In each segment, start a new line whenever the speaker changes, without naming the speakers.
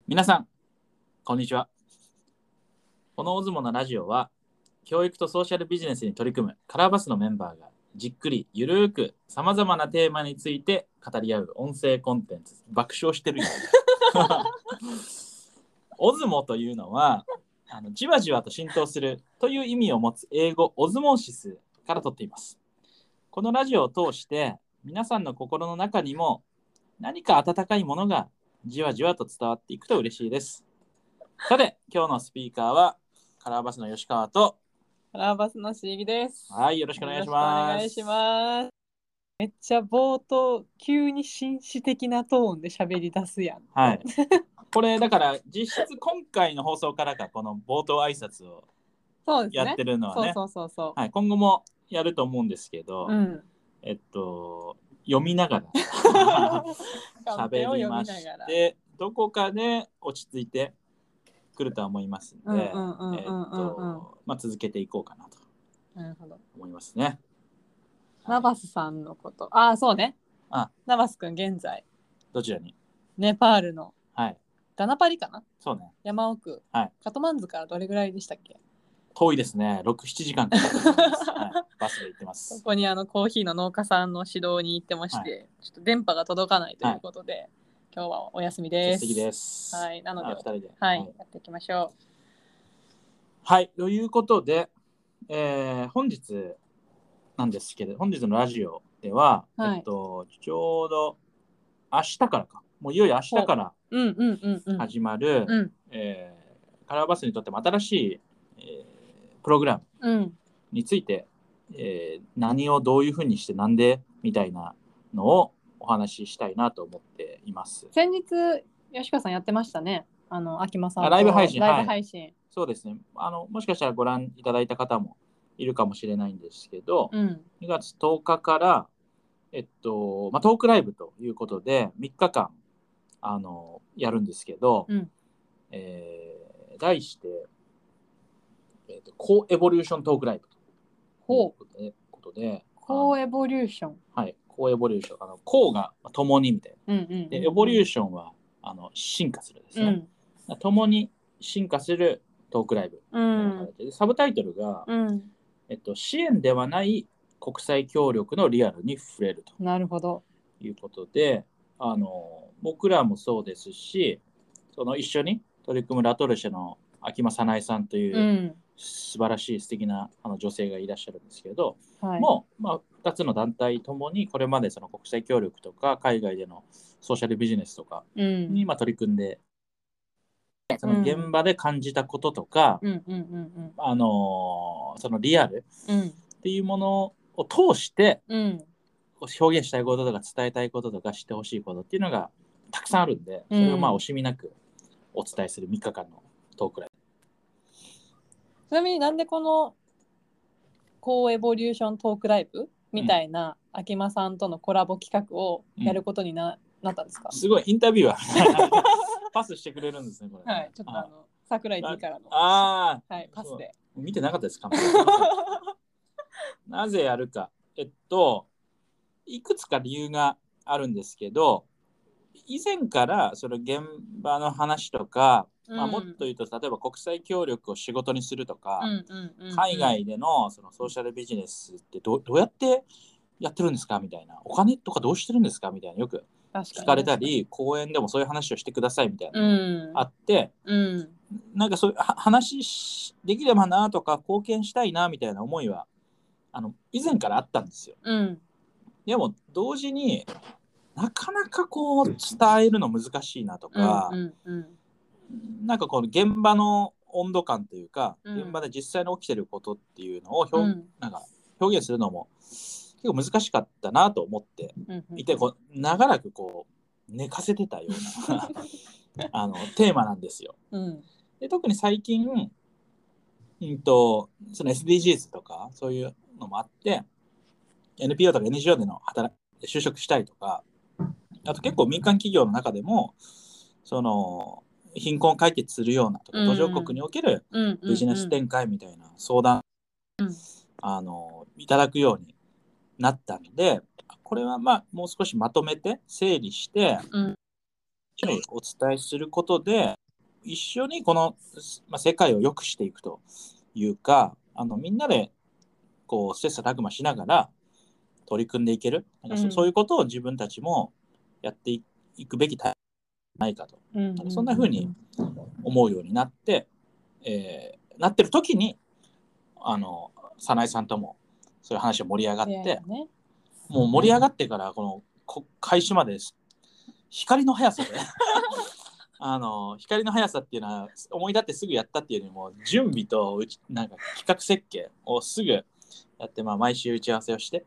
皆さんこんにちは。このオズモのラジオは教育とソーシャルビジネスに取り組むカラーバスのメンバーがじっくりゆるーくさまざまなテーマについて語り合う音声コンテンツ。爆笑してるよオズモというのはじわじわと浸透するという意味を持つ英語オズモーシスから取っています。このラジオを通して皆さんの心の中にも何か温かいものがじわじわと伝わっていくと嬉しいです。さて、今日のスピーカーはカラーバスの吉川と
カラーバスのしぎです。
はい、よろしくお願いします。
よろしくお願いします。めっちゃ冒頭急に紳士的なトーンで喋り出すやん。
はい。これだから実質今回の放送からかこの冒頭挨拶を
そうですね。
やってるのはね。
そう。
はい、今後もやると思うんですけど、読みながら喋りまして、どこかで落ち着いてくるとは思いますので、続けていこうかなと思いますね。
ナバスさんのこと、そうね。ナバスくん現在
どちらに？
ネパールのダナパリかな？
そうね。
山奥、カトマンズからどれぐらいでしたっけ？
遠いですね。6、7時間かかってます、バスで行ってます。
そこにコーヒーの農家さんの指導に行ってまして、ちょっと電波が届かないということで、今日はお休みです。
欠席です。
はい、なので、
2人で、
やっていきましょう。
はい、ということで、本日なんですけど、本日のラジオでは、ちょうど明日からか、もういよいよ明日から始まる、カラーバスにとっても新しい、プログラムについて、何をどういうふうにしてなんでみたいなのをお話ししたいなと思っています。
先日吉川さんやってましたね。秋間さんと
ライブ配信。
そう
ですね。もしかしたらご覧いただいた方もいるかもしれないんですけど、2月10日から、トークライブということで3日間やるんですけど、題して、コーエボリューショントークライブということで、
コーエボリューション。
はい、コーエボリューション。コーが共にみたいな。で、エボリューションは進化するですね。共に進化するトークライブ。サブタイトルが、支援ではない国際協力のリアルに触れると。
なるほど。
いうことで、僕らもそうですし、一緒に取り組むラトルシェの秋間早苗さんという素晴らしい素敵な女性がいらっしゃるんですけど、もう、2つの団体ともにこれまでその国際協力とか海外でのソーシャルビジネスとかに取り組んで、その現場で感じたこととか、そのリアルっていうものを通して、表現したいこととか伝えたいこととか知ってほしいことっていうのがたくさんあるんで、それを惜しみなくお伝えする3日間のトークライブ。
ちなみになんでこのコーエボリューショントークライブみたいな秋間さんとのコラボ企画をやることになったんですか？
すごいインタビュアーパスしてくれるんですね、これ。
はい、ちょっと桜井 D からの
パ
スで。
見てなかったですか？なぜやるか。いくつか理由があるんですけど、以前からその現場の話とか、もっと言うと例えば国際協力を仕事にするとか、海外でのそのソーシャルビジネスってどうやってやってるんですかみたいな、お金とかどうしてるんですかみたいなよく聞かれたり、講演でもそういう話をしてくださいみたいなのがあって、なんかそういう話できればなとか貢献したいなみたいな思いは以前からあったんですよ。でも同時になかなかこう伝えるの難しいなとか、なんかこの現場の温度感というか、現場で実際に起きてることっていうのをなんか表現するのも結構難しかったなと思っていて、長らくこう寝かせてたようなテーマなんですよ。で特に最近、その SDGs とかそういうのもあって NPO とか NGO での就職したりとか、あと結構民間企業の中でもその貧困を解決するようなとか、途上国におけるビジネス展開みたいな相談、いただくようになったので、これはもう少しまとめて整理して、お伝えすることで一緒にこの、世界を良くしていくというか、みんなでこう切磋琢磨しながら取り組んでいける、なんかそういうことを自分たちもやっていくべきタイミングないかと、そんな風に思うようになって、なってる時に早苗さんともそういう話が盛り上がって、もう盛り上がってからこの開始まで光の速さで光の速さっていうのは思い立ってすぐやったっていうよりも準備となんか企画設計をすぐやって、毎週打ち合わせをして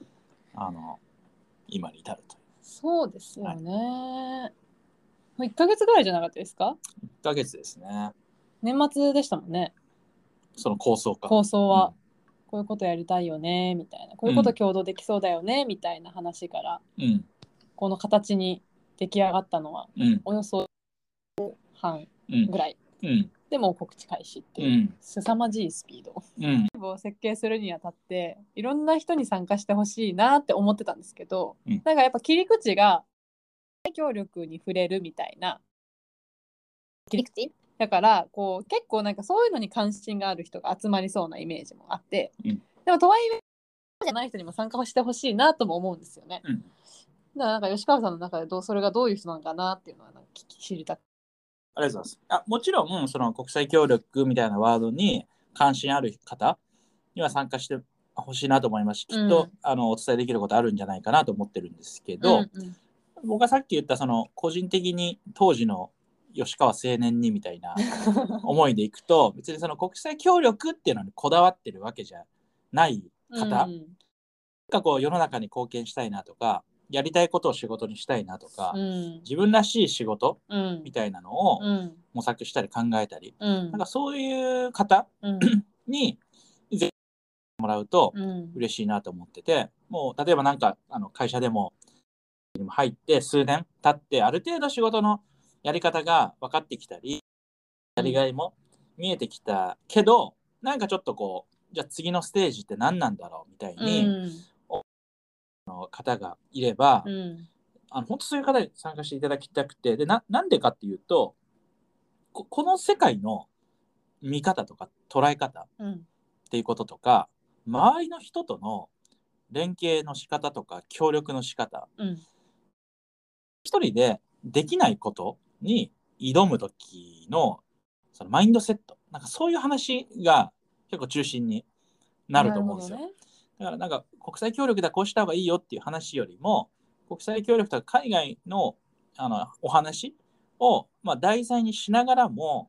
今に至るという。
そうですよね、1ヶ月ぐらいじゃなかったですか
？1ヶ月ですね。
年末でしたもんね。
その構想
は、こういうことやりたいよねみたいな、こういうこと共同できそうだよねみたいな話から、この形に出来上がったのは、およそ半ぐらい、でも告知開始っていう、凄まじいスピード、を設計するにあたっていろんな人に参加してほしいなって思ってたんですけど、なんかやっぱ切り口が協力に触れるみたいな切り口だから、こう結構なんかそういうのに関心がある人が集まりそうなイメージもあって、でもとはいえじゃない人にも参加してほしいなとも思うんですよね。だからなんか吉川さんの中でそれがどういう人なのかなっていうのは知りたく。
ありがとうございます。もちろんその国際協力みたいなワードに関心ある方には参加してほしいなと思いますし、きっと、お伝えできることあるんじゃないかなと思ってるんですけど、僕がさっき言ったその個人的に当時の吉川青年にみたいな思いでいくと別にその国際協力っていうのにこだわってるわけじゃない方がこう世の中に貢献したいなとか、やりたいことを仕事にしたいなとか、自分らしい仕事みたいなのを模索したり考えたり、なんかそういう方にぜひもらうと嬉しいなと思ってて、もう例えばなんか会社でも入って数年経ってある程度仕事のやり方が分かってきたり、やりがいも見えてきたけど、なんかちょっとこうじゃあ次のステージって何なんだろうみたいに、方がいれば、本当そういう方に参加していただきたくて、でなんでかっていうと、この世界の見方とか捉え方っていうこととか、周りの人との連携の仕方とか協力の仕方、一人でできないことに挑む時のそのマインドセット、なんかそういう話が結構中心になると思うんですよ。だからなんか国際協力だこうした方がいいよっていう話よりも、国際協力とか海外のお話を題材にしながらも、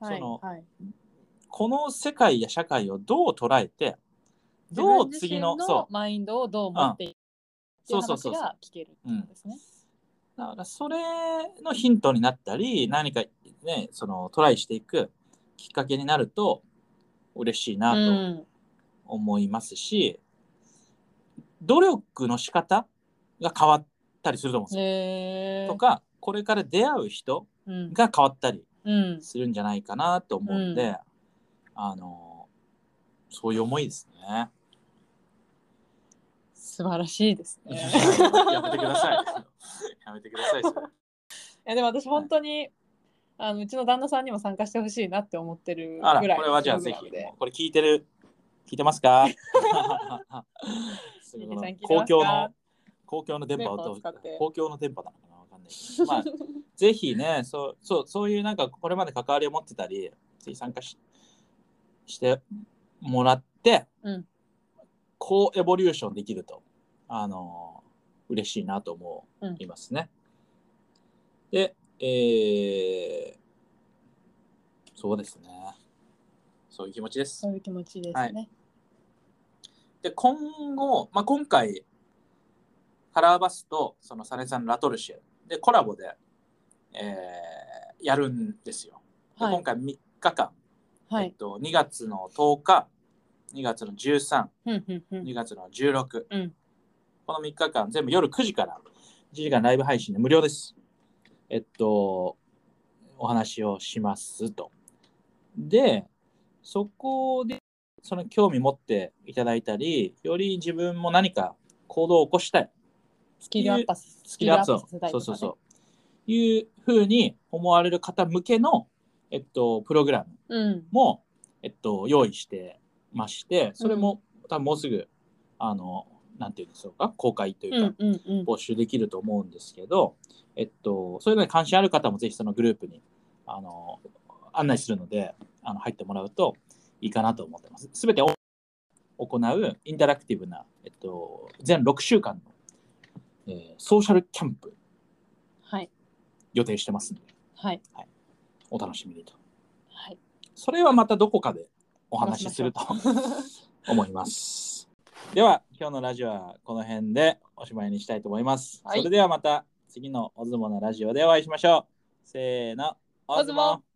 この世界や社会をどう捉えて、どう次の
マインドをどう持っていくっていう話が聞けるっていうことですね。
だからそれのヒントになったり、何かねそのトライしていくきっかけになると嬉しいなと思いますし、努力の仕方が変わったりすると思うんですよ。とか、これから出会う人が変わったりするんじゃないかなと思うんで、そういう思いですね。
素晴らしいですね。
やめてください。やめてください。それ。
でも私本当に、うちの旦那さんにも参加してほしいなって思ってるぐらい。
これはじゃあぜひ、これ聞いてますか？公共の電波を公共の電波なのかな、わかんないけど、ぜひね、そういうなんかこれまで関わりを持ってたり、ぜひ参加してもらって、こうエボリューションできると嬉しいなと思いますね。で、そうですね。そういう気持ちです。
そういう気持ちですね。
で今後、今回カラーバスとそのサネさんのラトルシェでコラボで、やるんですよ。で今回3日間、2月の10日、2月の13、2月の16、この3日間全部夜9時から1時間ライブ配信で無料です。お話をしますと。で、そこでその興味持っていただいたり、より自分も何か行動を起こしたい。
スキルアップさせたいとかね。
いうふうに思われる方向けのプログラムも、用意してまして、それも多分もうすぐなんていうんでしょうか、公開というか、募集できると思うんですけど、そういうのに関心ある方もぜひそのグループに案内するので入ってもらうといいかなと思ってます。すべて行うインタラクティブな、全6週間の、ソーシャルキャンプ、予定してますので、お楽しみにと。それはまたどこかでお話しすると思います。では今日のラジオはこの辺でおしまいにしたいと思います。それではまた次のオズモのラジオでお会いしましょう。せーの、オズモ。